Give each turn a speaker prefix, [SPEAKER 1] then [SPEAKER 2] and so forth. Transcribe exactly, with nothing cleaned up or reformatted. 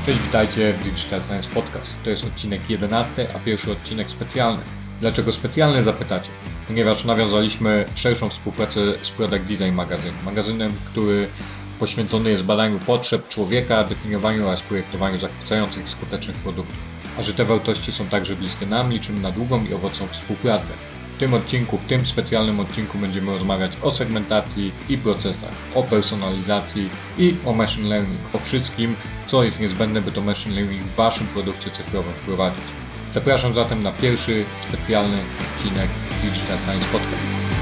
[SPEAKER 1] Cześć, witajcie w Digital Science Podcast. To jest odcinek jedenasty, a pierwszy odcinek specjalny. Dlaczego specjalny, zapytacie? Ponieważ nawiązaliśmy szerszą współpracę z Product Design Magazine. Magazynem, który poświęcony jest badaniu potrzeb człowieka, definiowaniu oraz projektowaniu zachwycających i skutecznych produktów. A że te wartości są także bliskie nam, liczymy na długą i owocną współpracę. W tym odcinku, w tym specjalnym odcinku będziemy rozmawiać o segmentacji i procesach, o personalizacji i o machine learning, o wszystkim, co jest niezbędne, by to machine learning w Waszym produkcie cyfrowym wprowadzić. Zapraszam zatem na pierwszy specjalny odcinek Digital Science Podcast.